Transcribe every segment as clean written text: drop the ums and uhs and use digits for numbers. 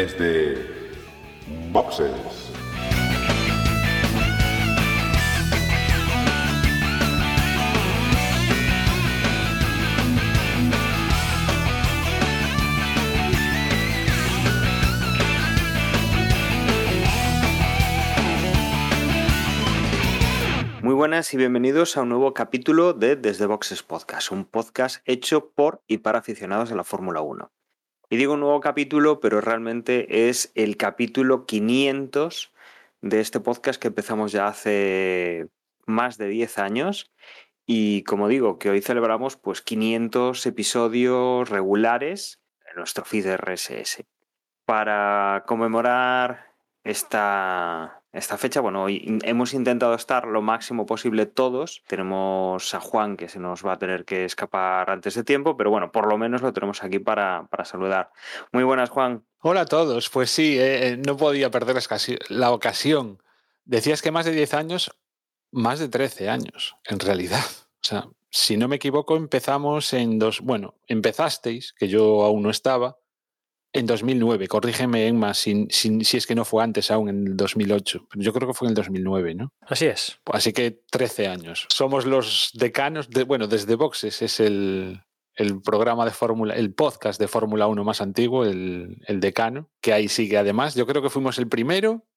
desde Boxes. Muy buenas y bienvenidos a un nuevo capítulo de Desde Boxes Podcast, un podcast hecho por y para aficionados a la Fórmula 1. Y digo un nuevo capítulo, pero realmente es el capítulo 500 de este podcast que empezamos ya hace más de 10 años. Y como digo, que hoy celebramos pues 500 episodios regulares en nuestro feed RSS. Para conmemorar esta fecha, bueno, hoy hemos intentado estar lo máximo posible todos. Tenemos a Juan, que se nos va a tener que escapar antes de tiempo, pero bueno, por lo menos lo tenemos aquí para saludar. Muy buenas, Juan. Hola a todos. Pues sí, no podía perder la ocasión. Decías que más de 10 años, más de 13 años, en realidad. O sea, si no me equivoco, empezamos empezasteis, que yo aún no estaba, en 2009. Corrígeme, Emma, si es que no fue antes aún, en el 2008. Yo creo que fue en el 2009, ¿no? Así es. Así que 13 años. Somos los decanos, Desde Boxes es el programa de Fórmula, el podcast de Fórmula 1 más antiguo, el decano, que ahí sigue además. Yo creo que fuimos el primero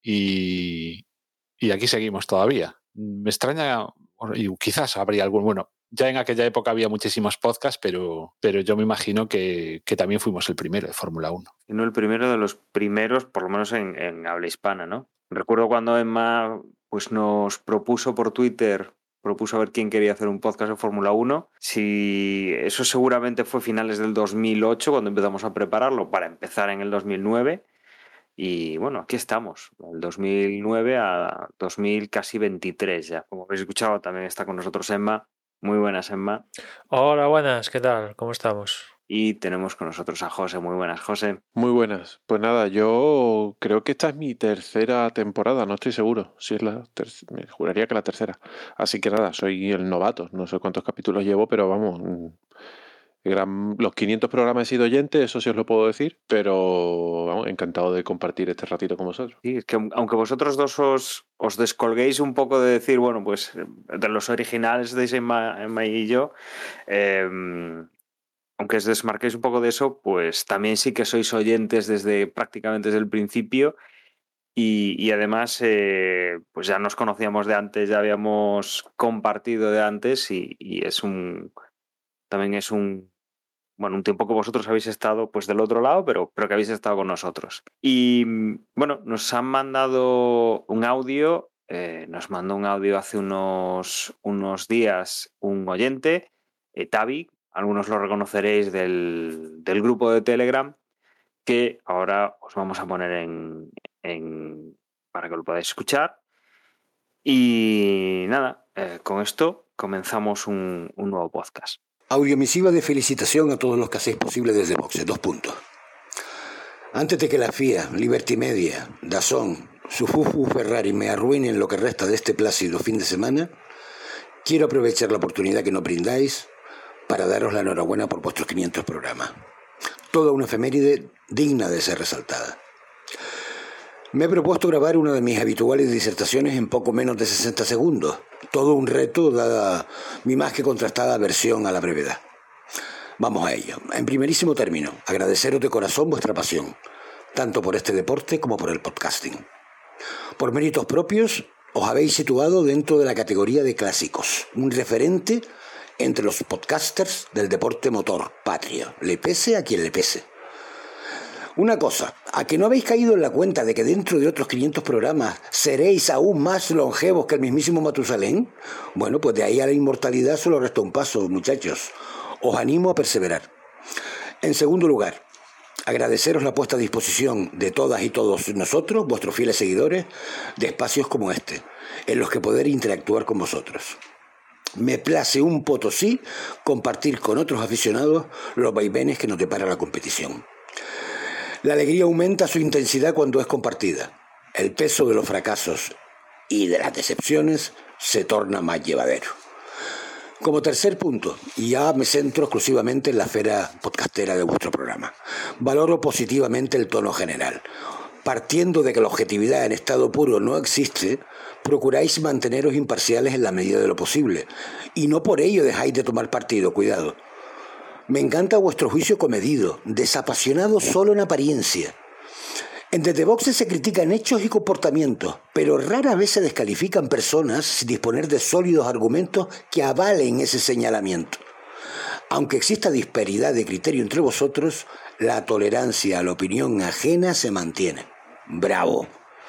y aquí seguimos todavía. Me extraña, y quizás habría algún, ya en aquella época había muchísimos podcasts, pero yo me imagino que también fuimos el primero de Fórmula 1. Y no el primero de los primeros, por lo menos en habla hispana, ¿no? Recuerdo cuando Emma pues, nos propuso por Twitter, a ver quién quería hacer un podcast de Fórmula 1. Si eso seguramente fue finales del 2008, cuando empezamos a prepararlo, para empezar en el 2009. Y bueno, aquí estamos, del 2009 a 2000, casi 23 ya. Como habéis escuchado, también está con nosotros Emma. Muy buenas, Emma. Hola, buenas, ¿qué tal? ¿Cómo estamos? Y tenemos con nosotros a José. Muy buenas, José. Muy buenas. Pues nada, yo creo que esta es mi tercera temporada, no estoy seguro. Si es me juraría que la tercera. Así que nada, soy el novato. No sé cuántos capítulos llevo, pero vamos, los 500 programas he sido oyente, eso sí os lo puedo decir, pero vamos, encantado de compartir este ratito con vosotros. Sí, es que aunque vosotros dos os descolguéis un poco de decir, bueno, pues de los originales de Emma y yo, aunque os desmarquéis un poco de eso, pues también sí que sois oyentes prácticamente desde el principio y además pues ya nos conocíamos de antes, ya habíamos compartido de antes y también es un tiempo que vosotros habéis estado pues del otro lado, pero que habéis estado con nosotros. Y bueno, nos han mandado un audio, nos mandó un audio hace unos días un oyente, Tavi, algunos lo reconoceréis del grupo de Telegram, que ahora os vamos a poner para que lo podáis escuchar. Y nada, con esto comenzamos un nuevo podcast. Audiomisiva de felicitación a todos los que hacéis posible Desde Boxes. 2 puntos. Antes de que la FIA, Liberty Media, DAZN, su Fufu Ferrari me arruinen lo que resta de este plácido fin de semana, quiero aprovechar la oportunidad que nos brindáis para daros la enhorabuena por vuestros 500 programas. Toda una efeméride digna de ser resaltada. Me he propuesto grabar una de mis habituales disertaciones en poco menos de 60 segundos. Todo un reto, dada mi más que contrastada aversión a la brevedad. Vamos a ello. En primerísimo término, agradeceros de corazón vuestra pasión, tanto por este deporte como por el podcasting. Por méritos propios, os habéis situado dentro de la categoría de clásicos, un referente entre los podcasters del deporte motor patrio, le pese a quien le pese. Una cosa, ¿a que no habéis caído en la cuenta de que dentro de otros 500 programas seréis aún más longevos que el mismísimo Matusalén? Bueno, pues de ahí a la inmortalidad solo resta un paso, muchachos. Os animo a perseverar. En segundo lugar, agradeceros la puesta a disposición de todas y todos nosotros, vuestros fieles seguidores, de espacios como este, en los que poder interactuar con vosotros. Me place un potosí compartir con otros aficionados los vaivenes que nos depara la competición. La alegría aumenta su intensidad cuando es compartida. El peso de los fracasos y de las decepciones se torna más llevadero. Como tercer punto, y ya me centro exclusivamente en la esfera podcastera de vuestro programa, valoro positivamente el tono general. Partiendo de que la objetividad en estado puro no existe, procuráis manteneros imparciales en la medida de lo posible, y no por ello dejáis de tomar partido, cuidado. Me encanta vuestro juicio comedido, desapasionado solo en apariencia. En Desde Boxes se critican hechos y comportamientos, pero rara vez se descalifican personas sin disponer de sólidos argumentos que avalen ese señalamiento. Aunque exista disparidad de criterio entre vosotros, la tolerancia a la opinión ajena se mantiene. ¡Bravo!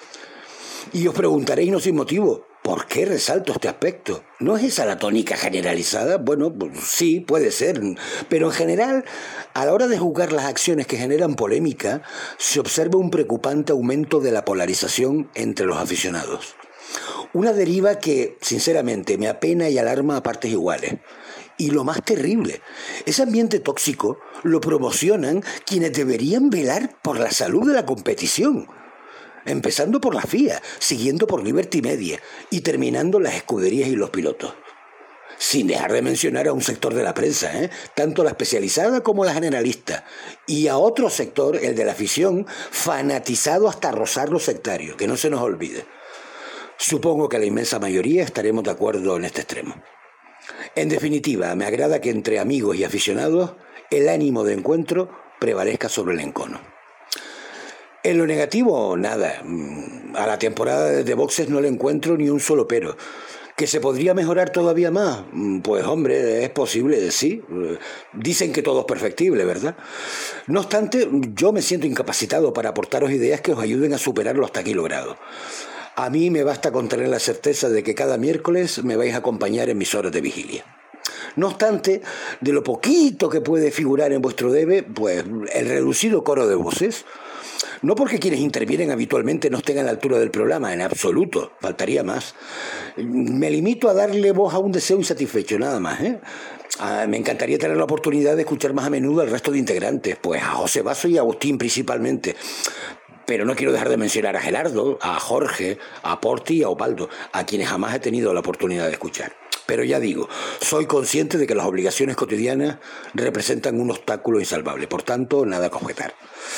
Y os preguntaréis no sin motivo, ¿por qué resalto este aspecto? ¿No es esa la tónica generalizada? Bueno, pues sí, puede ser, pero en general, a la hora de juzgar las acciones que generan polémica, se observa un preocupante aumento de la polarización entre los aficionados. Una deriva que, sinceramente, me apena y alarma a partes iguales. Y lo más terrible, ese ambiente tóxico lo promocionan quienes deberían velar por la salud de la competición. Empezando por la FIA, siguiendo por Liberty Media y terminando las escuderías y los pilotos. Sin dejar de mencionar a un sector de la prensa, tanto la especializada como la generalista, y a otro sector, el de la afición, fanatizado hasta rozar lo sectario, que no se nos olvide. Supongo que la inmensa mayoría estaremos de acuerdo en este extremo. En definitiva, me agrada que entre amigos y aficionados el ánimo de encuentro prevalezca sobre el encono. En lo negativo, nada. A la temporada de The Boxes no le encuentro ni un solo pero. ¿Que se podría mejorar todavía más? Pues hombre, es posible, sí. Dicen que todo es perfectible, ¿verdad? No obstante, yo me siento incapacitado para aportaros ideas que os ayuden a superar lo hasta aquí logrado. A mí me basta con tener la certeza de que cada miércoles me vais a acompañar en mis horas de vigilia. No obstante, de lo poquito que puede figurar en vuestro debe, pues el reducido coro de voces. No porque quienes intervienen habitualmente no estén a la altura del programa, en absoluto, faltaría más. Me limito a darle voz a un deseo insatisfecho, nada más. Me encantaría tener la oportunidad de escuchar más a menudo al resto de integrantes, pues a José Basso y a Agustín principalmente. Pero no quiero dejar de mencionar a Gerardo, a Jorge, a Porti y a Opaldo, a quienes jamás he tenido la oportunidad de escuchar. Pero ya digo, soy consciente de que las obligaciones cotidianas representan un obstáculo insalvable, por tanto, nada que objetar.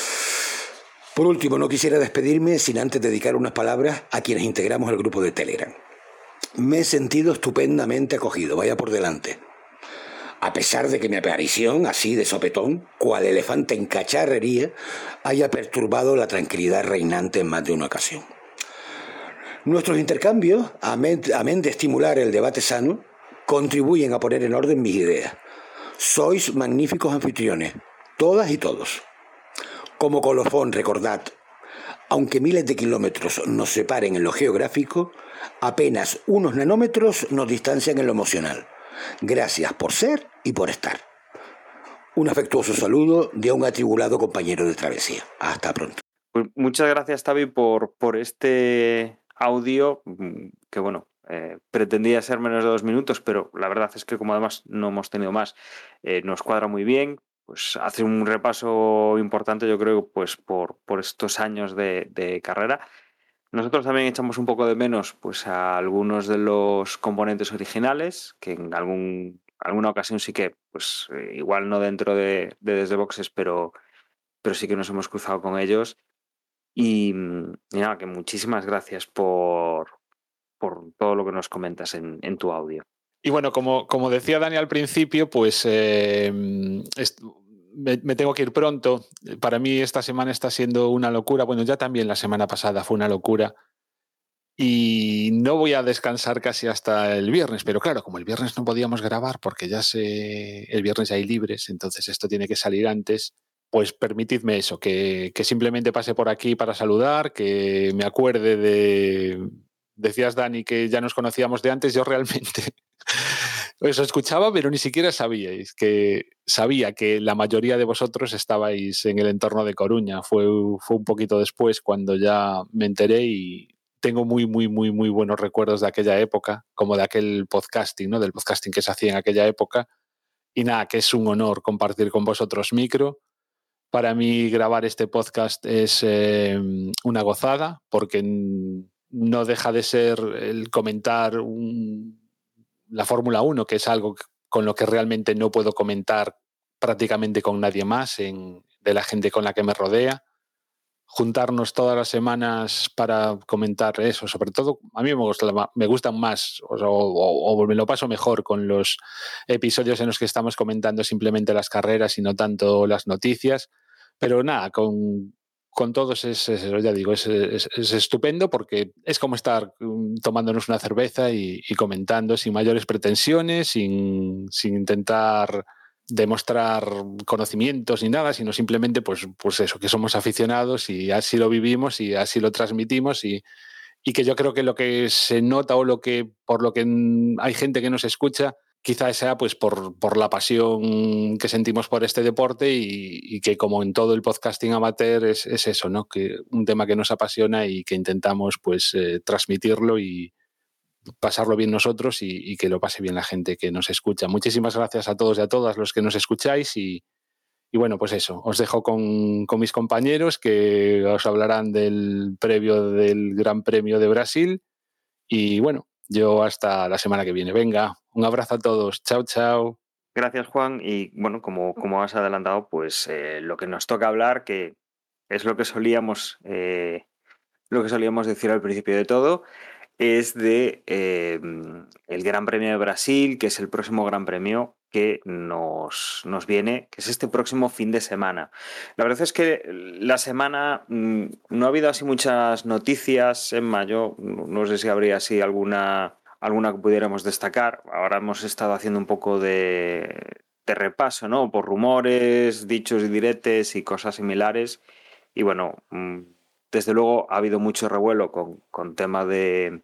Por último, no quisiera despedirme sin antes dedicar unas palabras a quienes integramos el grupo de Telegram. Me he sentido estupendamente acogido, vaya por delante. A pesar de que mi aparición, así de sopetón, cual elefante en cacharrería, haya perturbado la tranquilidad reinante en más de una ocasión. Nuestros intercambios, amén de estimular el debate sano, contribuyen a poner en orden mis ideas. Sois magníficos anfitriones, todas y todos. Como colofón, recordad, aunque miles de kilómetros nos separen en lo geográfico, apenas unos nanómetros nos distancian en lo emocional. Gracias por ser y por estar. Un afectuoso saludo de un atribulado compañero de travesía. Hasta pronto. Pues muchas gracias, Tavi, por este audio, que bueno, pretendía ser menos de 2 minutos, pero la verdad es que como además no hemos tenido más, nos cuadra muy bien. Pues hace un repaso importante, yo creo, pues por estos años de carrera. Nosotros también echamos un poco de menos pues a algunos de los componentes originales, que en alguna ocasión sí que, pues igual no dentro de Desde Boxes, pero sí que nos hemos cruzado con ellos. Y nada, que muchísimas gracias por todo lo que nos comentas en tu audio. Y bueno, como decía Dani al principio, pues me tengo que ir pronto. Para mí esta semana está siendo una locura. Bueno, ya también la semana pasada fue una locura. Y no voy a descansar casi hasta el viernes. Pero claro, como el viernes no podíamos grabar porque el viernes ya hay libres, entonces esto tiene que salir antes. Pues permitidme eso, que simplemente pase por aquí para saludar, que me acuerde de... Decías, Dani, que ya nos conocíamos de antes. Yo realmente os escuchaba, pero ni siquiera sabía que la mayoría de vosotros estabais en el entorno de Coruña. Fue un poquito después cuando ya me enteré y tengo muy, muy, muy, muy buenos recuerdos de aquella época, como de aquel podcasting, ¿no? Del podcasting que se hacía en aquella época. Y nada, que es un honor compartir con vosotros micro. Para mí grabar este podcast es una gozada, porque no deja de ser el comentar la Fórmula 1, que es algo con lo que realmente no puedo comentar prácticamente con nadie más de la gente con la que me rodea. Juntarnos todas las semanas para comentar eso, sobre todo a mí me gustan más o me lo paso mejor con los episodios en los que estamos comentando simplemente las carreras y no tanto las noticias, pero nada, con todos ya digo, es estupendo porque es como estar tomándonos una cerveza y comentando sin mayores pretensiones, sin intentar demostrar conocimientos ni nada, sino simplemente pues eso, que somos aficionados y así lo vivimos y así lo transmitimos y que yo creo que lo que se nota o por lo que hay gente que nos escucha quizás sea pues por la pasión que sentimos por este deporte y que como en todo el podcasting amateur es eso, ¿no? Que un tema que nos apasiona y que intentamos pues transmitirlo y pasarlo bien nosotros y que lo pase bien la gente que nos escucha. Muchísimas gracias a todos y a todas los que nos escucháis y bueno, pues eso, os dejo con mis compañeros que os hablarán del previo del Gran Premio de Brasil y bueno, yo hasta la semana que viene. Venga, un abrazo a todos. Chao, chao. Gracias, Juan. Y bueno, como has adelantado, pues lo que nos toca hablar, que es lo que solíamos decir al principio de todo, es de el Gran Premio de Brasil, que es el próximo Gran Premio que nos viene, que es este próximo fin de semana. La verdad es que la semana no ha habido así muchas noticias en mayo, no sé si habría así alguna que pudiéramos destacar. Ahora hemos estado haciendo un poco de repaso, ¿no? Por rumores, dichos y diretes y cosas similares. Y bueno, desde luego ha habido mucho revuelo con tema de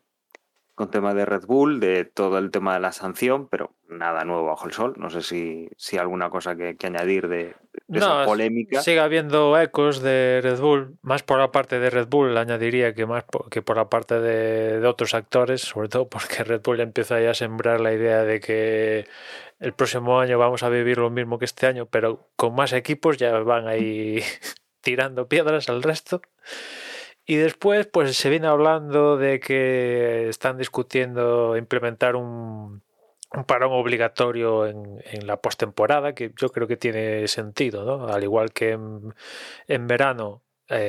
Red Bull, de todo el tema de la sanción, pero nada nuevo bajo el sol. No sé si alguna cosa que añadir de esa polémica. Sigue habiendo ecos de Red Bull, más por la parte de Red Bull, añadiría que más que por la parte de otros actores, sobre todo porque Red Bull empieza ya a sembrar la idea de que el próximo año vamos a vivir lo mismo que este año, pero con más equipos, ya van ahí tirando piedras al resto. Y después pues se viene hablando de que están discutiendo implementar un parón obligatorio en la postemporada, que yo creo que tiene sentido, ¿no? Al igual que en verano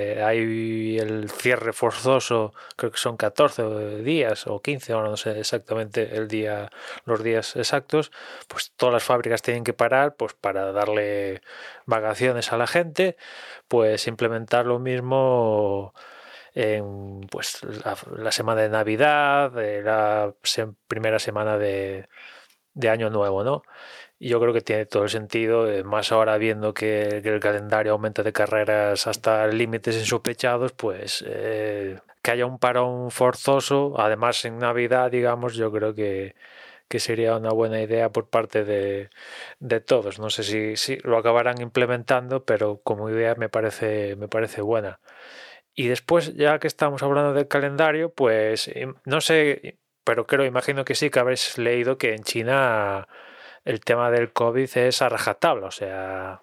hay el cierre forzoso, creo que son 14 días o 15, ahora no sé exactamente los días exactos, pues todas las fábricas tienen que parar pues para darle vacaciones a la gente, pues implementar lo mismo en pues la semana de Navidad, la primera semana de Año Nuevo, ¿no? Y yo creo que tiene todo el sentido, más ahora viendo que el calendario aumenta de carreras hasta límites insospechados, pues que haya un parón forzoso, además en Navidad, digamos, yo creo que sería una buena idea por parte de todos. No sé si lo acabarán implementando, pero como idea me parece buena. Y después, ya que estamos hablando del calendario, pues no sé, pero imagino que sí, que habréis leído que en China el tema del COVID es a rajatabla, o sea,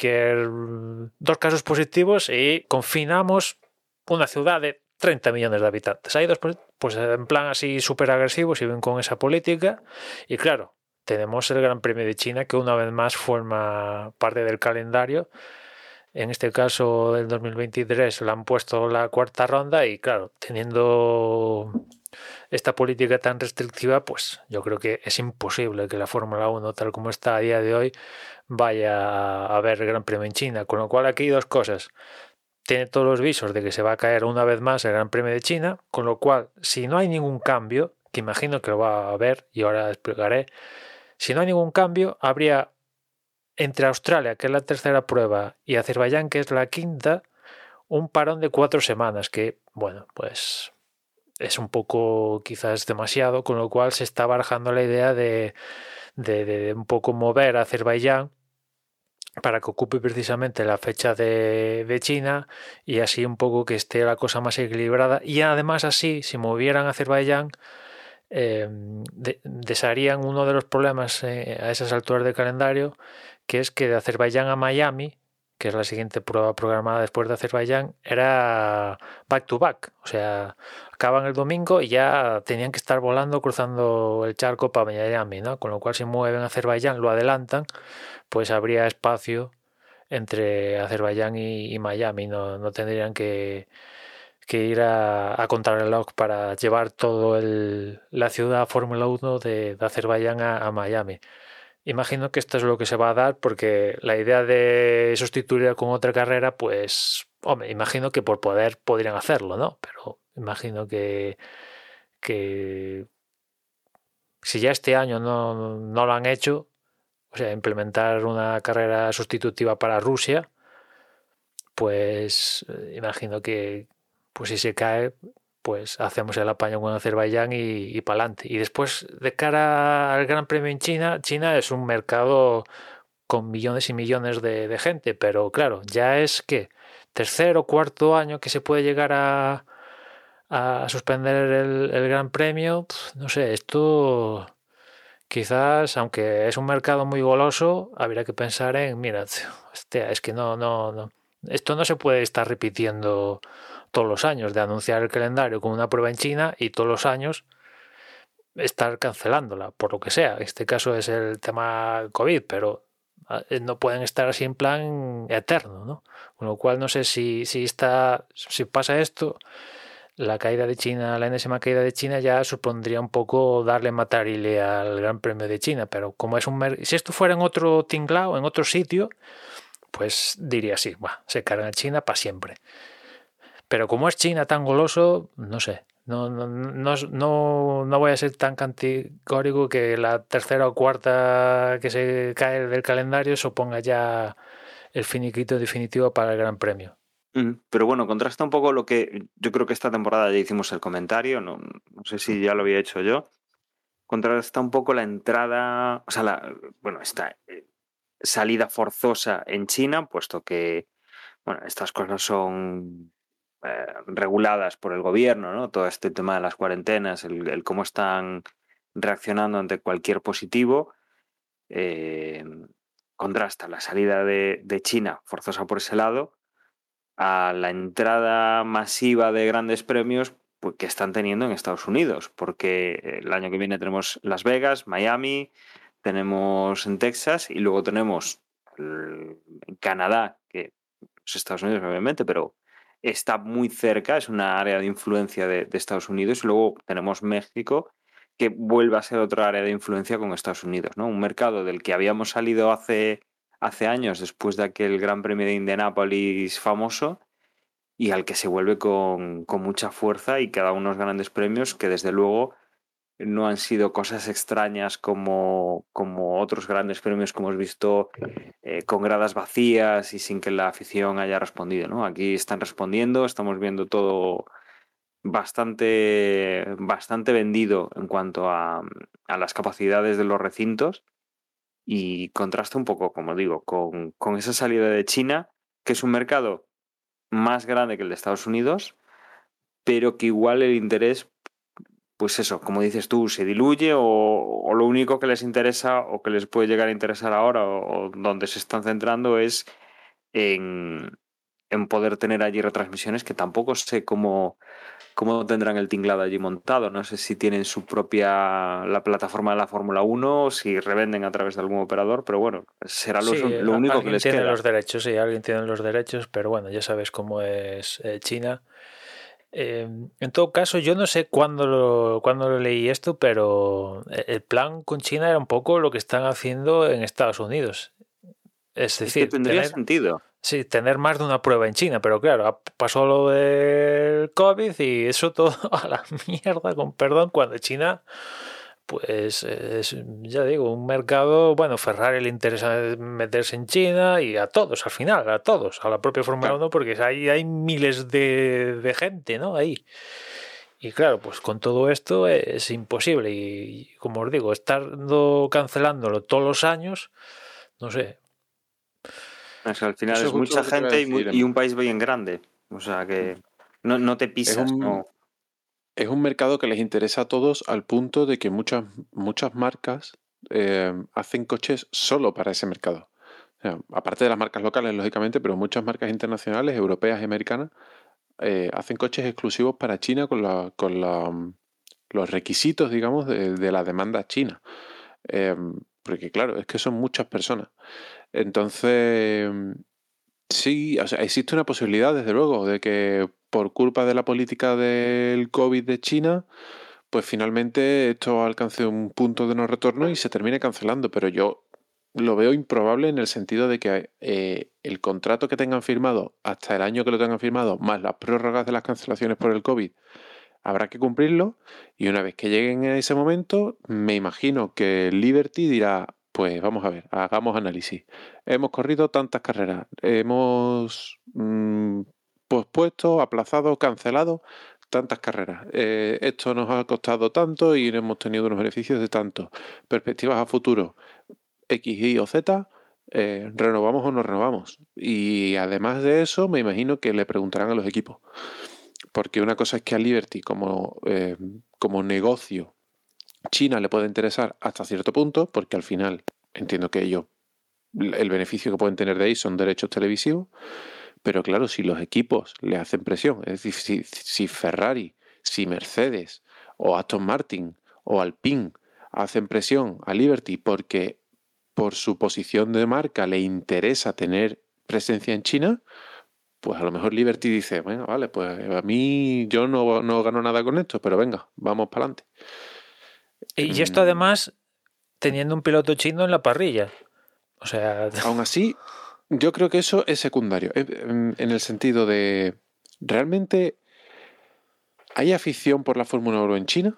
2 casos positivos y confinamos una ciudad de 30 millones de habitantes. Hay 2, pues en plan así súper agresivos y ven con esa política. Y claro, tenemos el Gran Premio de China que una vez más forma parte del calendario. En este caso, el 2023 le han puesto la 4ª ronda y claro, teniendo esta política tan restrictiva, pues yo creo que es imposible que la Fórmula 1, tal como está a día de hoy, vaya a ver el Gran Premio en China. Con lo cual aquí hay 2 cosas. Tiene todos los visos de que se va a caer una vez más el Gran Premio de China, con lo cual, si no hay ningún cambio, que imagino que lo va a haber y ahora explicaré, si no hay ningún cambio, habría entre Australia, que es la 3ª prueba, y Azerbaiyán, que es la 5ª, un parón de 4 semanas, que, bueno, pues es un poco quizás demasiado, con lo cual se está barajando la idea de un poco mover a Azerbaiyán para que ocupe precisamente la fecha de China y así un poco que esté la cosa más equilibrada. Y además así, si movieran a Azerbaiyán, desharían uno de los problemas a esas alturas del calendario, que es que de Azerbaiyán a Miami, que es la siguiente prueba programada después de Azerbaiyán, era back to back. O sea, acaban el domingo y ya tenían que estar volando, cruzando el charco para Miami, ¿no? Con lo cual, si mueven a Azerbaiyán, lo adelantan, pues habría espacio entre Azerbaiyán y Miami. No tendrían que ir a contrarreloj para llevar todo la ciudad Fórmula 1 de Azerbaiyán a Miami. Imagino que esto es lo que se va a dar porque la idea de sustituirla con otra carrera, pues, hombre, imagino que por poder podrían hacerlo, ¿no? Pero imagino que si ya este año no lo han hecho, o sea, implementar una carrera sustitutiva para Rusia, pues imagino que pues si se cae, pues hacemos el apaño con Azerbaiyán y para adelante. Y después, de cara al Gran Premio en China, China es un mercado con millones y millones de gente, pero claro, ya es que tercer o cuarto año que se puede llegar a suspender el Gran Premio, no sé, esto quizás, aunque es un mercado muy goloso, habría que pensar en, mira, hostia, es que no, esto no se puede estar repitiendo todos los años, de anunciar el calendario con una prueba en China y todos los años estar cancelándola, por lo que sea. En este caso es el tema COVID, pero no pueden estar así en plan eterno, ¿no? Con lo cual no sé si pasa esto, la caída de China, la enésima caída de China ya supondría un poco darle matarile al Gran Premio de China, pero como es si esto fuera en otro tinglao, en otro sitio, pues diría sí, se carga en China para siempre. Pero como es China tan goloso, no sé. No voy a ser tan categórico que la tercera o cuarta que se cae del calendario suponga ya el finiquito definitivo para el Gran Premio. Pero bueno, contrasta un poco lo que yo creo que esta temporada ya hicimos el comentario, no sé si ya lo había hecho yo. Contrasta un poco la entrada, o sea, esta salida forzosa en China, puesto que bueno, estas cosas son reguladas por el gobierno, ¿no? Todo este tema de las cuarentenas, el cómo están reaccionando ante cualquier positivo, contrasta la salida de China forzosa por ese lado a la entrada masiva de grandes premios pues, que están teniendo en Estados Unidos, porque el año que viene tenemos Las Vegas, Miami, tenemos en Texas y luego tenemos en Canadá, que es Estados Unidos obviamente, pero está muy cerca, es una área de influencia de Estados Unidos, y luego tenemos México, que vuelve a ser otra área de influencia con Estados Unidos, ¿no? Un mercado del que habíamos salido hace años, después de aquel Gran Premio de Indianápolis famoso, y al que se vuelve con mucha fuerza, y que da unos grandes premios que desde luego no han sido cosas extrañas como otros grandes premios que hemos visto con gradas vacías y sin que la afición haya respondido, ¿no? Aquí están respondiendo, estamos viendo todo bastante vendido en cuanto a las capacidades de los recintos, y contrasta un poco, como digo, con esa salida de China, que es un mercado más grande que el de Estados Unidos, pero que igual el interés, pues eso, como dices tú, se diluye, o lo único que les interesa o que les puede llegar a interesar ahora, o donde se están centrando es en poder tener allí retransmisiones, que tampoco sé cómo tendrán el tinglado allí montado. No sé si tienen su propia, la plataforma de la Fórmula 1, o si revenden a través de algún operador, pero bueno, será lo único que les queda. Alguien tiene los derechos, sí, alguien tiene los derechos, pero bueno, ya sabes cómo es China. En todo caso, yo no sé cuándo lo leí esto, pero el plan con China era un poco lo que están haciendo en Estados Unidos. Es decir, que tendría sentido. Sí, tener más de una prueba en China, pero claro, pasó lo del COVID y eso todo a la mierda, con perdón, cuando China, pues es, ya digo, un mercado, bueno, Ferrari le interesa meterse en China, y a todos, al final, a todos, a la propia Fórmula 1, porque hay miles de gente, ¿no? Ahí. Y claro, pues con todo esto es imposible, y como os digo, estando cancelándolo todos los años, no sé. O sea, al final eso es mucha gente y un país bien grande. O sea que no te pisas. Es un mercado que les interesa a todos, al punto de que muchas marcas hacen coches solo para ese mercado. O sea, aparte de las marcas locales, lógicamente, pero muchas marcas internacionales, europeas y americanas, hacen coches exclusivos para China los requisitos, digamos, de la demanda china. Porque claro, es que son muchas personas. Entonces, sí, o sea, existe una posibilidad, desde luego, de que por culpa de la política del COVID de China, pues finalmente esto alcance un punto de no retorno y se termine cancelando. Pero yo lo veo improbable en el sentido de que el contrato que tengan firmado hasta el año que lo tengan firmado, más las prórrogas de las cancelaciones por el COVID, habrá que cumplirlo. Y una vez que lleguen a ese momento, me imagino que Liberty dirá, pues vamos a ver, hagamos análisis. Hemos corrido tantas carreras, hemos pospuesto, aplazado, cancelado tantas carreras. Esto nos ha costado tanto y hemos tenido unos beneficios de tanto. Perspectivas a futuro, X, Y o Z, ¿renovamos o no renovamos? Y además de eso, me imagino que le preguntarán a los equipos. Porque una cosa es que a Liberty como negocio China le puede interesar hasta cierto punto, porque al final entiendo que ellos, el beneficio que pueden tener de ahí son derechos televisivos, pero claro, si los equipos le hacen presión, es decir, si Ferrari, si Mercedes o Aston Martin o Alpine hacen presión a Liberty porque por su posición de marca le interesa tener presencia en China, pues a lo mejor Liberty dice, venga, vale, pues a mí yo no gano nada con esto, pero venga, vamos para adelante. Y esto además teniendo un piloto chino en la parrilla. O sea... Aún así, yo creo que eso es secundario, en el sentido de, ¿realmente hay afición por la Fórmula 1 en China?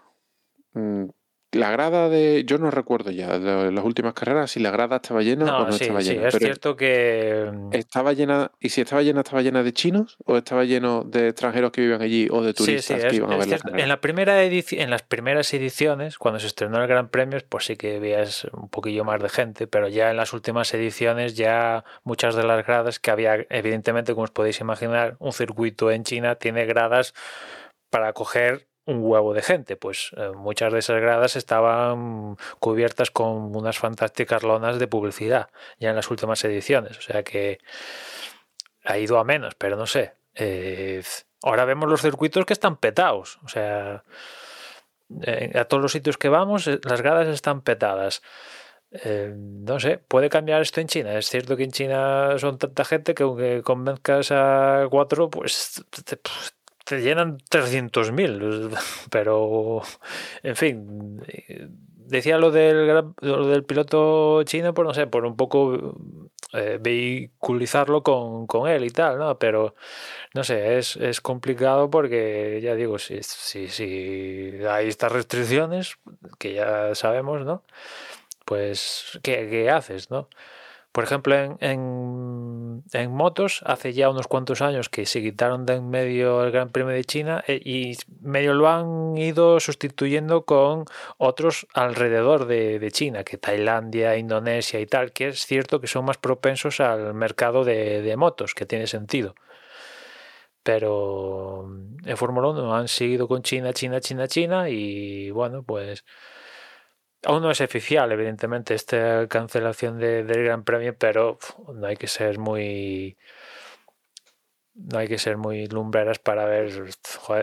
La grada yo no recuerdo ya de las últimas carreras si la grada estaba llena o no sí, estaba llena. Sí, es pero cierto que... ¿estaba llena? ¿Y si estaba llena de chinos o estaba lleno de extranjeros que vivían allí o de turistas que iban a ver la carrera? En las primeras ediciones, cuando se estrenó el Gran Premio, pues sí que veías un poquillo más de gente, pero ya en las últimas ediciones ya muchas de las gradas que había, evidentemente, como os podéis imaginar, un circuito en China tiene gradas para acoger un huevo de gente, pues muchas de esas gradas estaban cubiertas con unas fantásticas lonas de publicidad ya en las últimas ediciones, o sea que ha ido a menos, pero no sé. Ahora vemos los circuitos que están petados, o sea, a todos los sitios que vamos las gradas están petadas. No sé, puede cambiar esto en China. Es cierto que en China son tanta gente que aunque convenzcas a 4, pues te llenan 300.000, pero en fin, decía lo del piloto chino, por no sé, por un poco vehiculizarlo con él y tal, ¿no? Pero no sé, es complicado porque ya digo, si hay estas restricciones que ya sabemos, ¿no? Pues ¿qué haces, no? Por ejemplo, en motos, hace ya unos cuantos años que se quitaron de en medio el Gran Premio de China y medio lo han ido sustituyendo con otros alrededor de China, que Tailandia, Indonesia y tal, que es cierto que son más propensos al mercado de motos, que tiene sentido. Pero en Fórmula 1 han seguido con China y bueno, pues... Aún no es oficial, evidentemente, esta cancelación del Gran Premio, pero no hay que ser muy lumbreras para ver, joder,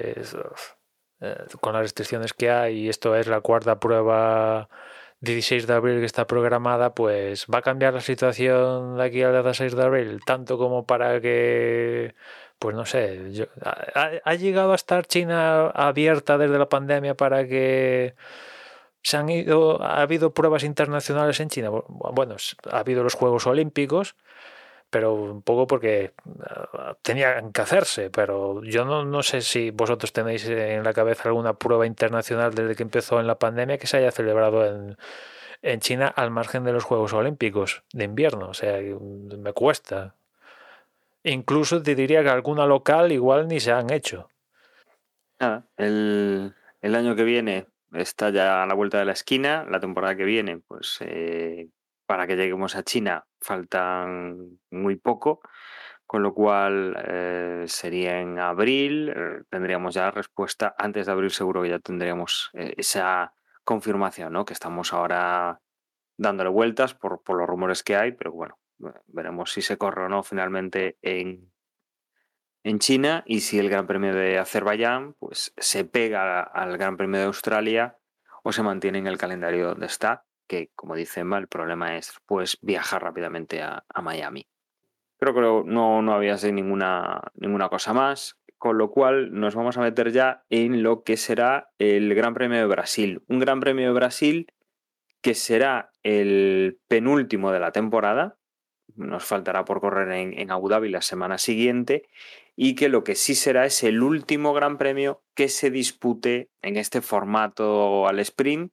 con las restricciones que hay, y esto es la cuarta prueba 16 de abril que está programada, pues va a cambiar la situación de aquí al 16 de abril, tanto como para que, pues no sé, ¿ha llegado a estar China abierta desde la pandemia para que ha habido pruebas internacionales en China? Bueno, ha habido los Juegos Olímpicos, pero un poco porque tenían que hacerse, pero yo no sé si vosotros tenéis en la cabeza alguna prueba internacional desde que empezó en la pandemia que se haya celebrado en China al margen de los Juegos Olímpicos de invierno, o sea, me cuesta. Incluso te diría que alguna local igual ni se han hecho. Nada, el año que viene está ya a la vuelta de la esquina. La temporada que viene, pues para que lleguemos a China faltan muy poco, con lo cual sería en abril. Tendríamos ya la respuesta. Antes de abril seguro que ya tendríamos esa confirmación, ¿no? Que estamos ahora dándole vueltas por los rumores que hay, pero bueno, veremos si se corre o no finalmente en China, y si el Gran Premio de Azerbaiyán pues se pega al Gran Premio de Australia o se mantiene en el calendario donde está, que como dice Emma, el problema es pues viajar rápidamente a Miami. Creo que no había así ninguna cosa más, con lo cual nos vamos a meter ya en lo que será el Gran Premio de Brasil. Un Gran Premio de Brasil que será el penúltimo de la temporada. Nos faltará por correr en Abu Dhabi la semana siguiente, y que lo que sí será es el último Gran Premio que se dispute en este formato al sprint,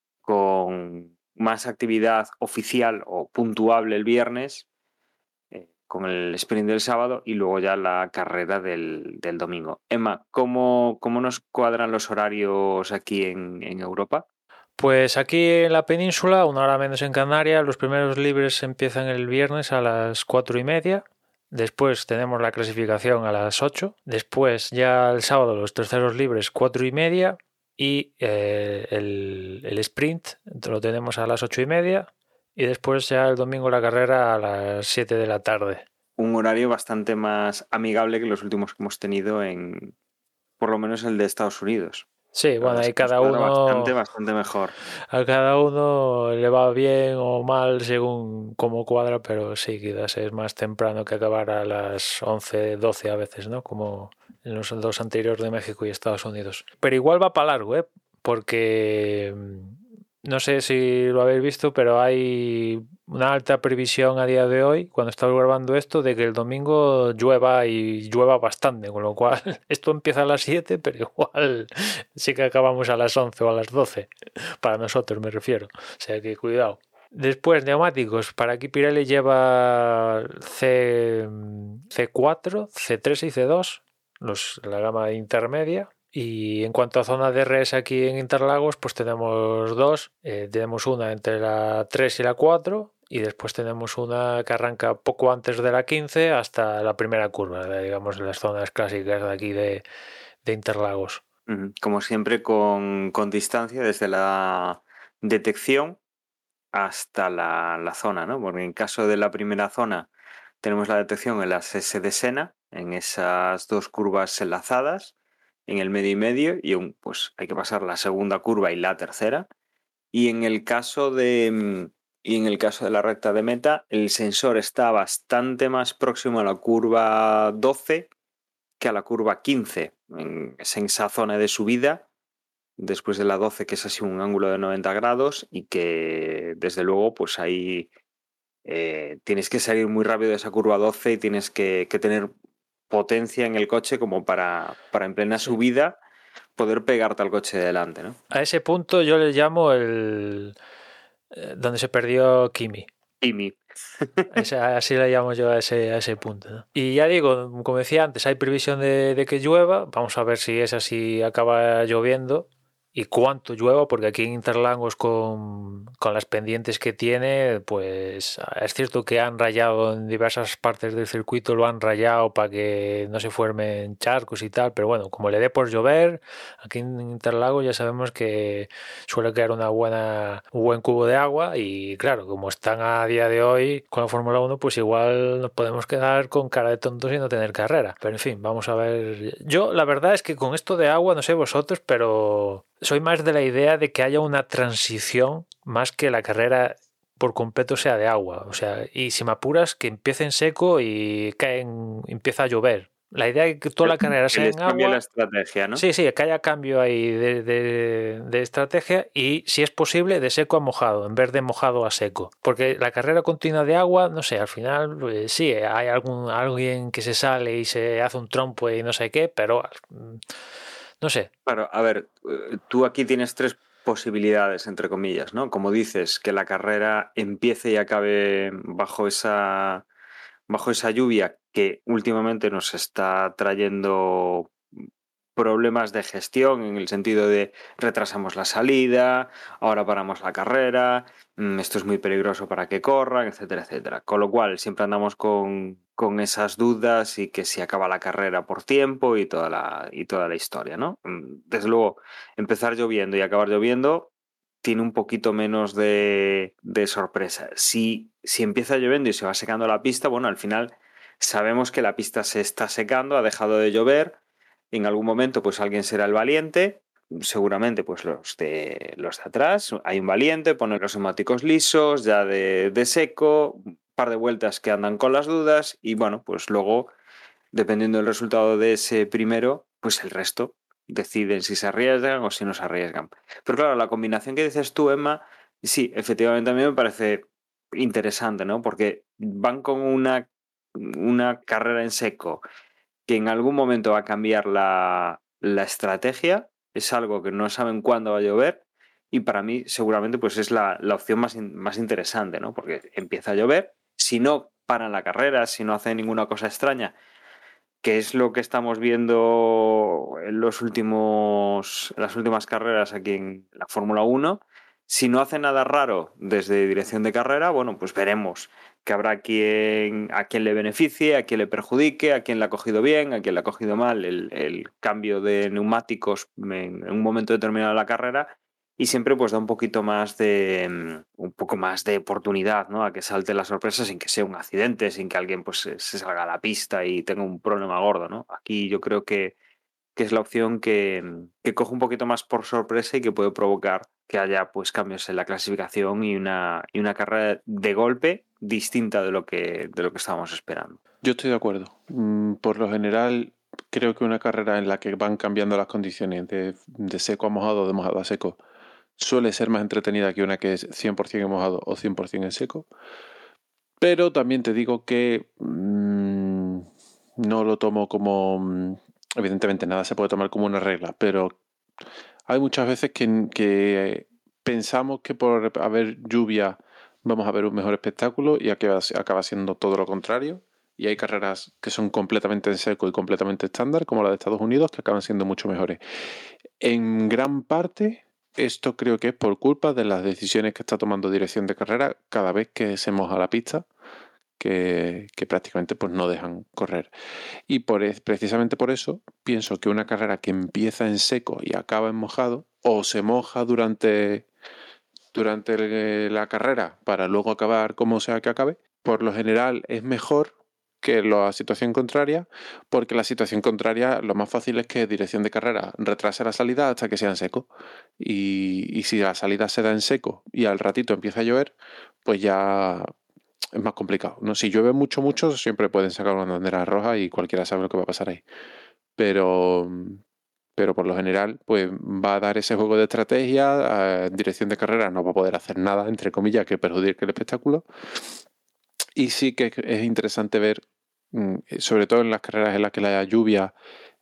con más actividad oficial o puntuable el viernes, con el sprint del sábado y luego ya la carrera del domingo. Emma, ¿cómo nos cuadran los horarios aquí en Europa? Pues aquí en la península, 1 hora menos en Canarias, los primeros libres empiezan el viernes a las 4:30. Después tenemos la clasificación a las 8. Después ya el sábado los terceros libres 4:30. Y el sprint lo tenemos a las 8:30. Y después ya el domingo la carrera a las 7 de la tarde. Un horario bastante más amigable que los últimos que hemos tenido por lo menos el de Estados Unidos. Sí, bueno, ahí cada uno bastante mejor. A cada uno le va bien o mal según cómo cuadra, pero sí, quizás es más temprano que acabar a las 11, 12 a veces, ¿no? Como en los dos anteriores de México y Estados Unidos. Pero igual va para largo, ¿eh? Porque no sé si lo habéis visto, pero hay una alta previsión a día de hoy, cuando estamos grabando esto, de que el domingo llueva y llueva bastante, con lo cual esto empieza a las 7, pero igual sí que acabamos a las 11 o a las 12, para nosotros me refiero, o sea que cuidado. Después, neumáticos, para aquí Pirelli lleva C4, C3 y C2, la gama intermedia. Y en cuanto a zona de res aquí en Interlagos, pues tenemos dos. Tenemos una entre la 3 y la 4, y después tenemos una que arranca poco antes de la 15 hasta la primera curva, digamos, en las zonas clásicas de aquí de Interlagos. Como siempre, con distancia desde la detección hasta la zona, ¿no? Porque en caso de la primera zona tenemos la detección en las S de Sena, en esas dos curvas enlazadas, en el medio y medio, y pues hay que pasar la segunda curva y la tercera. Y en el caso de la recta de meta, el sensor está bastante más próximo a la curva 12 que a la curva 15, en esa zona de subida, después de la 12, que es así un ángulo de 90 grados, y que desde luego pues ahí tienes que salir muy rápido de esa curva 12 y tienes que tener potencia en el coche como para en plena subida poder pegarte al coche de delante, ¿no? A ese punto yo le llamo donde se perdió Kimi. Así le llamo yo a ese punto, ¿no? Y ya digo, como decía antes, hay previsión de que llueva. Vamos a ver si es así, acaba lloviendo y cuánto llueva, porque aquí en Interlagos con las pendientes que tiene, pues es cierto que han rayado en diversas partes del circuito, lo han rayado para que no se formen charcos y tal, pero bueno, como le dé por llover, aquí en Interlagos ya sabemos que suele caer un buen cubo de agua, y claro, como están a día de hoy con la Fórmula 1, pues igual nos podemos quedar con cara de tontos y no tener carrera, pero en fin, vamos a ver. Yo la verdad es que con esto de agua, no sé vosotros, pero soy más de la idea de que haya una transición más que la carrera por completo sea de agua. O sea, y si me apuras, que empiece en seco y empieza a llover. La idea de que toda la carrera sea en agua. La estrategia, ¿no? Sí, que haya cambio ahí de estrategia, y si es posible de seco a mojado en vez de mojado a seco, porque la carrera continua de agua, no sé, al final pues, sí, hay alguien que se sale y se hace un trompo y no sé qué, pero no sé. Claro, a ver, tú aquí tienes tres posibilidades, entre comillas, ¿no? Como dices, que la carrera empiece y acabe bajo esa lluvia que últimamente nos está trayendo problemas de gestión, en el sentido de retrasamos la salida, ahora paramos la carrera, esto es muy peligroso para que corran, etcétera, etcétera. Con lo cual siempre andamos con esas dudas, y que si acaba la carrera por tiempo y toda la historia, ¿no? Desde luego, empezar lloviendo y acabar lloviendo tiene un poquito menos de sorpresa. Si empieza lloviendo y se va secando la pista, bueno, al final sabemos que la pista se está secando, ha dejado de llover, en algún momento pues alguien será el valiente, seguramente pues los de atrás, hay un valiente, pone los neumáticos lisos, ya de seco, un par de vueltas que andan con las dudas y bueno, pues luego, dependiendo del resultado de ese primero, pues el resto deciden si se arriesgan o si no se arriesgan. Pero claro, la combinación que dices tú, Emma, sí, efectivamente a mí me parece interesante, ¿no? Porque van con una carrera en seco que en algún momento va a cambiar la estrategia, es algo que no saben cuándo va a llover y para mí seguramente pues es la opción más interesante, ¿no? Porque empieza a llover, si no paran la carrera, si no hacen ninguna cosa extraña, que es lo que estamos viendo en las últimas carreras aquí en la Fórmula 1. Si no hace nada raro desde dirección de carrera, bueno, pues veremos que habrá a quien le beneficie, a quien le perjudique, a quien le ha cogido bien, a quien le ha cogido mal el cambio de neumáticos en un momento determinado de la carrera. Y siempre pues da un poco más de oportunidad, ¿no? A que salte la sorpresa sin que sea un accidente, sin que alguien pues se salga a la pista y tenga un problema gordo, ¿no? Aquí yo creo que es la opción que coge un poquito más por sorpresa y que puede provocar que haya pues cambios en la clasificación y una carrera de golpe distinta de lo que estábamos esperando. Yo estoy de acuerdo. Por lo general, creo que una carrera en la que van cambiando las condiciones de seco a mojado, de mojado a seco, suele ser más entretenida que una que es 100% en mojado o 100% en seco. Pero también te digo que no lo tomo como... evidentemente nada se puede tomar como una regla, pero hay muchas veces que pensamos que por haber lluvia vamos a ver un mejor espectáculo y acaba siendo todo lo contrario. Y hay carreras que son completamente en seco y completamente estándar, como la de Estados Unidos, que acaban siendo mucho mejores. En gran parte, esto creo que es por culpa de las decisiones que está tomando dirección de carrera cada vez que se moja la pista, que prácticamente pues no dejan correr. Y precisamente por eso pienso que una carrera que empieza en seco y acaba en mojado, o se moja durante la carrera para luego acabar como sea que acabe, por lo general es mejor que la situación contraria, porque la situación contraria lo más fácil es que dirección de carrera retrase la salida hasta que sea en seco. Y si la salida se da en seco y al ratito empieza a llover, pues ya es más complicado, ¿no? Si llueve mucho, siempre pueden sacar una bandera roja y cualquiera sabe lo que va a pasar ahí. Pero por lo general pues va a dar ese juego de estrategia, dirección de carrera no va a poder hacer nada, entre comillas, que perjudique el espectáculo. Y sí que es interesante ver, sobre todo en las carreras en las que la lluvia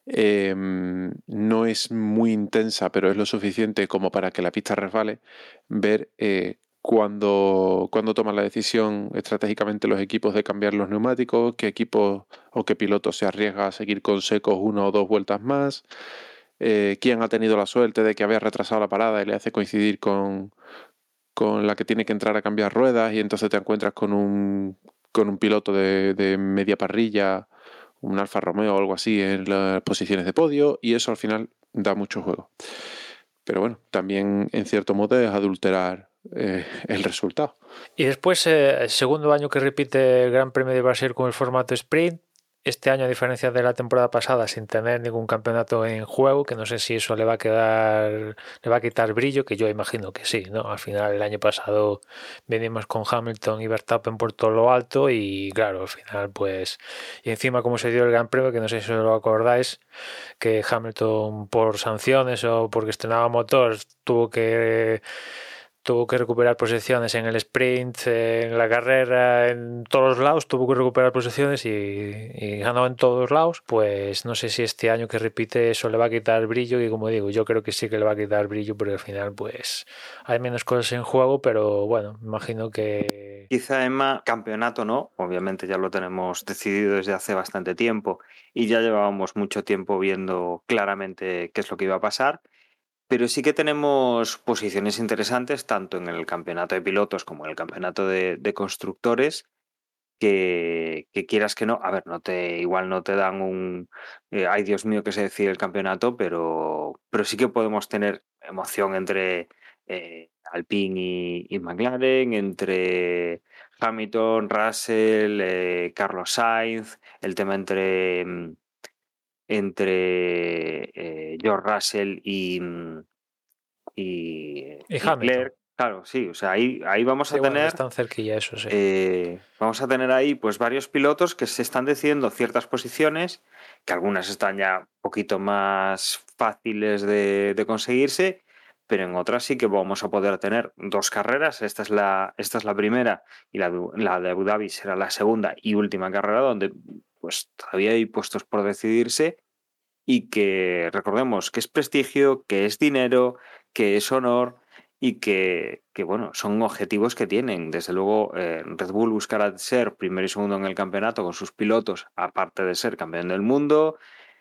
no es muy intensa, pero es lo suficiente como para que la pista resbale, ver cuando toman la decisión estratégicamente los equipos de cambiar los neumáticos, qué equipos o qué piloto se arriesga a seguir con secos 1 o 2 vueltas más, quién ha tenido la suerte de que había retrasado la parada y le hace coincidir con la que tiene que entrar a cambiar ruedas y entonces te encuentras con un piloto de media parrilla, un Alfa Romeo o algo así en las posiciones de podio, y eso al final da mucho juego. Pero bueno, también en cierto modo es adulterar el resultado. Y después, el segundo año que repite el Gran Premio de Brasil con el formato sprint, este año, a diferencia de la temporada pasada, sin tener ningún campeonato en juego, que no sé si eso le va a quitar brillo, que yo imagino que sí, ¿no? Al final, el año pasado venimos con Hamilton y Verstappen por todo lo alto y claro, al final pues, y encima como se dio el Gran Premio, que no sé si os lo acordáis, que Hamilton por sanciones o porque estrenaba motor tuvo que recuperar posiciones en el sprint, en la carrera, en todos los lados, tuvo que recuperar posiciones y ganó en todos lados. Pues no sé si este año que repite eso le va a quitar brillo, y como digo, yo creo que sí que le va a quitar brillo porque al final pues hay menos cosas en juego, pero bueno, imagino que... Quizá, Emma, campeonato no, obviamente ya lo tenemos decidido desde hace bastante tiempo y ya llevábamos mucho tiempo viendo claramente qué es lo que iba a pasar. Pero sí que tenemos posiciones interesantes tanto en el campeonato de pilotos como en el campeonato de constructores que quieras que no, a ver, igual no te dan un ay Dios mío que se decide el campeonato, pero sí que podemos tener emoción entre Alpine y McLaren, entre Hamilton, Russell, Carlos Sainz, el tema entre George Russell y Hamilton. Leclerc. Claro, sí, o sea, ahí vamos Sí, a bueno, tener están cerquilla, eso sí. vamos a tener ahí pues varios pilotos que se están decidiendo ciertas posiciones, que algunas están ya un poquito más fáciles de conseguirse, pero en otras sí que vamos a poder tener 2 carreras. Esta es la primera, y la de Abu Dhabi será la segunda y última carrera, donde pues todavía hay puestos por decidirse, y que recordemos que es prestigio, que es dinero, que es honor, y que bueno, son objetivos que tienen. Desde luego, Red Bull buscará ser primero y segundo en el campeonato con sus pilotos, aparte de ser campeón del mundo.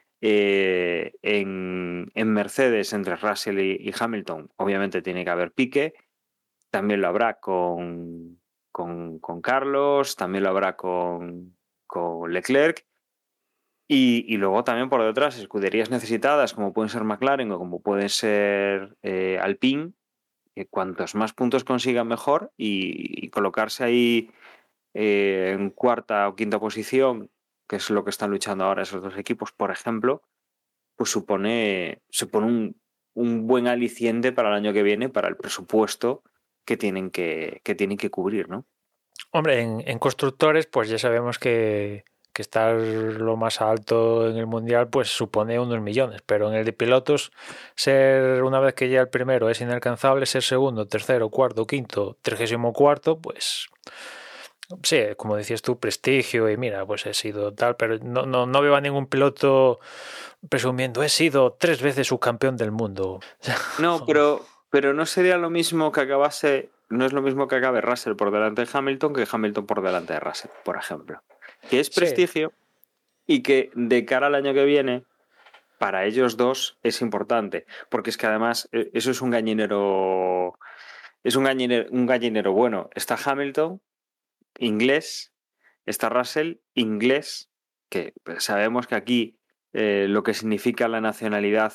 En Mercedes, entre Russell y Hamilton, obviamente tiene que haber pique. También lo habrá con Carlos, también lo habrá con Leclerc. Y luego también por detrás, escuderías necesitadas como pueden ser McLaren o como pueden ser Alpine, que cuantos más puntos consigan mejor, y colocarse ahí en cuarta o quinta posición, que es lo que están luchando ahora esos 2 equipos, por ejemplo, pues supone un buen aliciente para el año que viene, para el presupuesto que tienen que cubrir, ¿no? Hombre, en constructores, pues ya sabemos que estar lo más alto en el mundial, pues supone unos millones, pero en el de pilotos, ser una vez que llega el primero es inalcanzable, ser segundo, tercero, cuarto, quinto, 34º, pues sí, como decías tú, prestigio y mira, pues he sido tal, pero no veo a ningún piloto presumiendo, he sido 3 veces subcampeón del mundo. No, pero no sería lo mismo que no es lo mismo que acabe Russell por delante de Hamilton que Hamilton por delante de Russell, por ejemplo. Que es Sí, prestigio, y que de cara al año que viene, para ellos dos es importante, porque es que además eso es un gallinero, un gallinero bueno. Está Hamilton, inglés, está Russell, inglés, que sabemos que aquí lo que significa la nacionalidad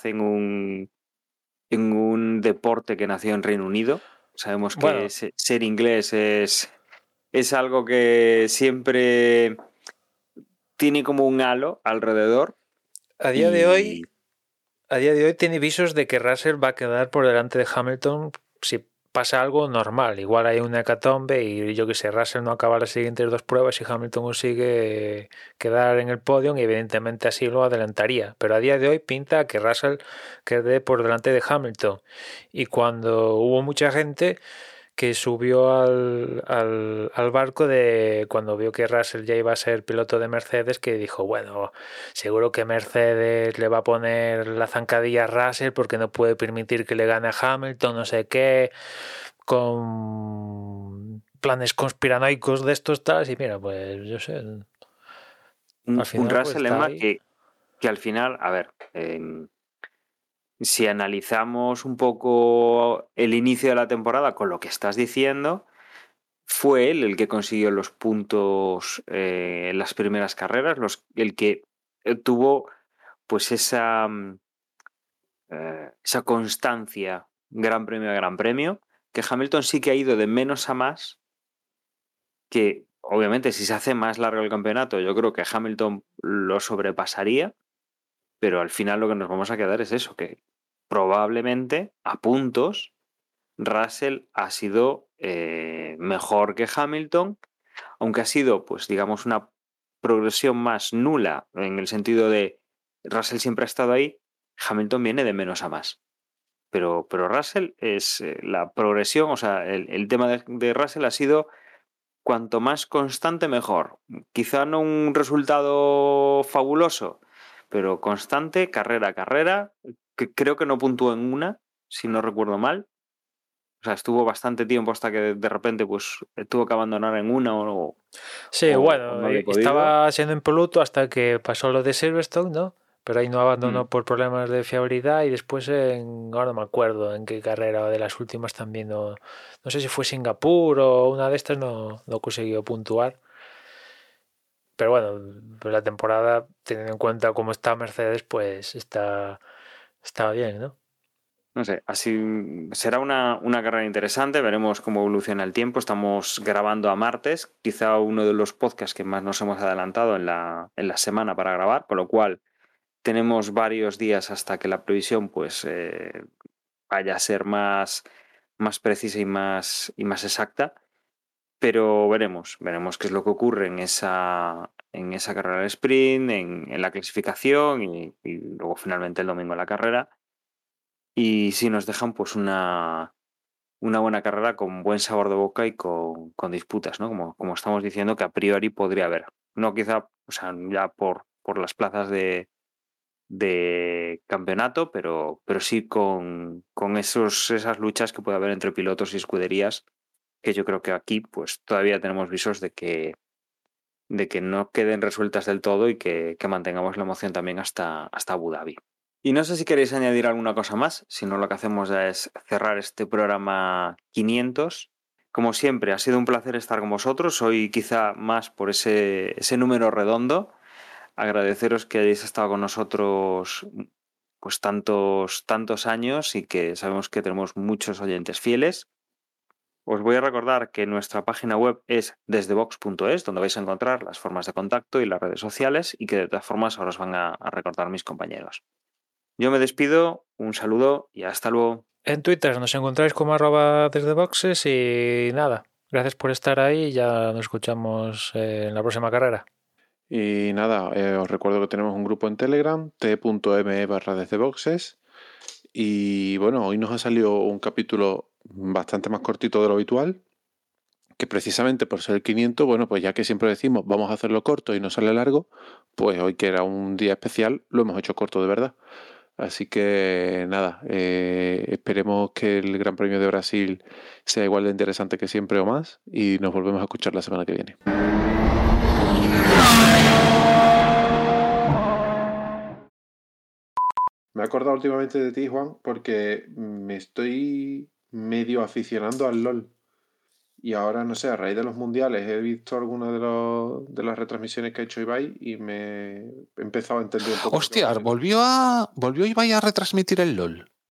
en un deporte que nació en Reino Unido. Sabemos que bueno, ser inglés es algo que siempre tiene como un halo alrededor. a día de Y hoy A día de hoy tiene visos de que Russell va a quedar por delante de Hamilton si pasa algo normal. Igual hay una hecatombe y yo que sé, Russell no acaba las siguientes 2 pruebas y Hamilton consigue quedar en el podio y evidentemente así lo adelantaría. Pero a día de hoy pinta que Russell quede por delante de Hamilton. Y cuando hubo mucha gente que subió al barco de cuando vio que Russell ya iba a ser piloto de Mercedes, que dijo, bueno, seguro que Mercedes le va a poner la zancadilla a Russell porque no puede permitir que le gane a Hamilton, no sé qué, con planes conspiranoicos de estos tales, y mira, pues yo sé, al un final pues Russell, está Emma, ahí. que al final, a ver, si analizamos un poco el inicio de la temporada con lo que estás diciendo, fue él el que consiguió los puntos en las primeras carreras, el que tuvo pues esa constancia, gran premio a gran premio, que Hamilton sí que ha ido de menos a más, que obviamente si se hace más largo el campeonato, yo creo que Hamilton lo sobrepasaría, pero al final lo que nos vamos a quedar es eso, que probablemente a puntos Russell ha sido mejor que Hamilton, aunque ha sido, pues digamos, una progresión más nula, en el sentido de Russell siempre ha estado ahí, Hamilton viene de menos a más. Pero Russell es la progresión, o sea, el tema de Russell ha sido cuanto más constante mejor. Quizá no un resultado fabuloso, pero constante, carrera a carrera, que creo que no puntuó en una, si no recuerdo mal. O sea, estuvo bastante tiempo hasta que de repente pues tuvo que abandonar en una Sí, o bueno, no había podido. estaba siendo impoluto hasta que pasó lo de Silverstone, ¿no? Pero ahí no Mm. abandonó por problemas de fiabilidad y después ahora no me acuerdo en qué carrera de las últimas también no sé si fue Singapur o una de estas no consiguió puntuar. Pero bueno, pues la temporada, teniendo en cuenta cómo está Mercedes, pues está bien, ¿no? No sé, así será una carrera interesante, veremos cómo evoluciona el tiempo. Estamos grabando a martes, quizá uno de los podcasts que más nos hemos adelantado en la semana para grabar, con lo cual tenemos varios días hasta que la previsión pues vaya a ser más precisa y más exacta, pero veremos qué es lo que ocurre en esa carrera del sprint, en la clasificación y luego finalmente el domingo en la carrera. Y si nos dejan pues una buena carrera con buen sabor de boca y con disputas, ¿no? Como estamos diciendo que a priori podría haber. No quizá, o sea, ya por las plazas de campeonato, pero sí con esas luchas que puede haber entre pilotos y escuderías, que yo creo que aquí pues todavía tenemos visos de que no queden resueltas del todo y que mantengamos la emoción también hasta Abu Dhabi. Y no sé si queréis añadir alguna cosa más, si no lo que hacemos ya es cerrar este programa 500. Como siempre, ha sido un placer estar con vosotros, hoy quizá más por ese número redondo. Agradeceros que hayáis estado con nosotros pues tantos años y que sabemos que tenemos muchos oyentes fieles. Os voy a recordar que nuestra página web es desdebox.es, donde vais a encontrar las formas de contacto y las redes sociales y que de todas formas ahora os van a recordar mis compañeros. Yo me despido, un saludo y hasta luego. En Twitter nos encontráis como @desdeboxes y nada, gracias por estar ahí y ya nos escuchamos en la próxima carrera. Y nada, os recuerdo que tenemos un grupo en Telegram, t.me/desdeboxes. Y bueno, hoy nos ha salido un capítulo bastante más cortito de lo habitual, que precisamente por ser el 500, bueno, pues ya que siempre decimos vamos a hacerlo corto y no sale largo, pues hoy que era un día especial, lo hemos hecho corto de verdad. Así que nada, esperemos que el Gran Premio de Brasil sea igual de interesante que siempre o más y nos volvemos a escuchar la semana que viene. Me he acordado últimamente de ti, Juan, porque me estoy medio aficionando al LOL. Y ahora, no sé, a raíz de los mundiales he visto algunas de las retransmisiones que ha hecho Ibai y me he empezado a entender un poco. Hostia, volvió Ibai a retransmitir el LOL.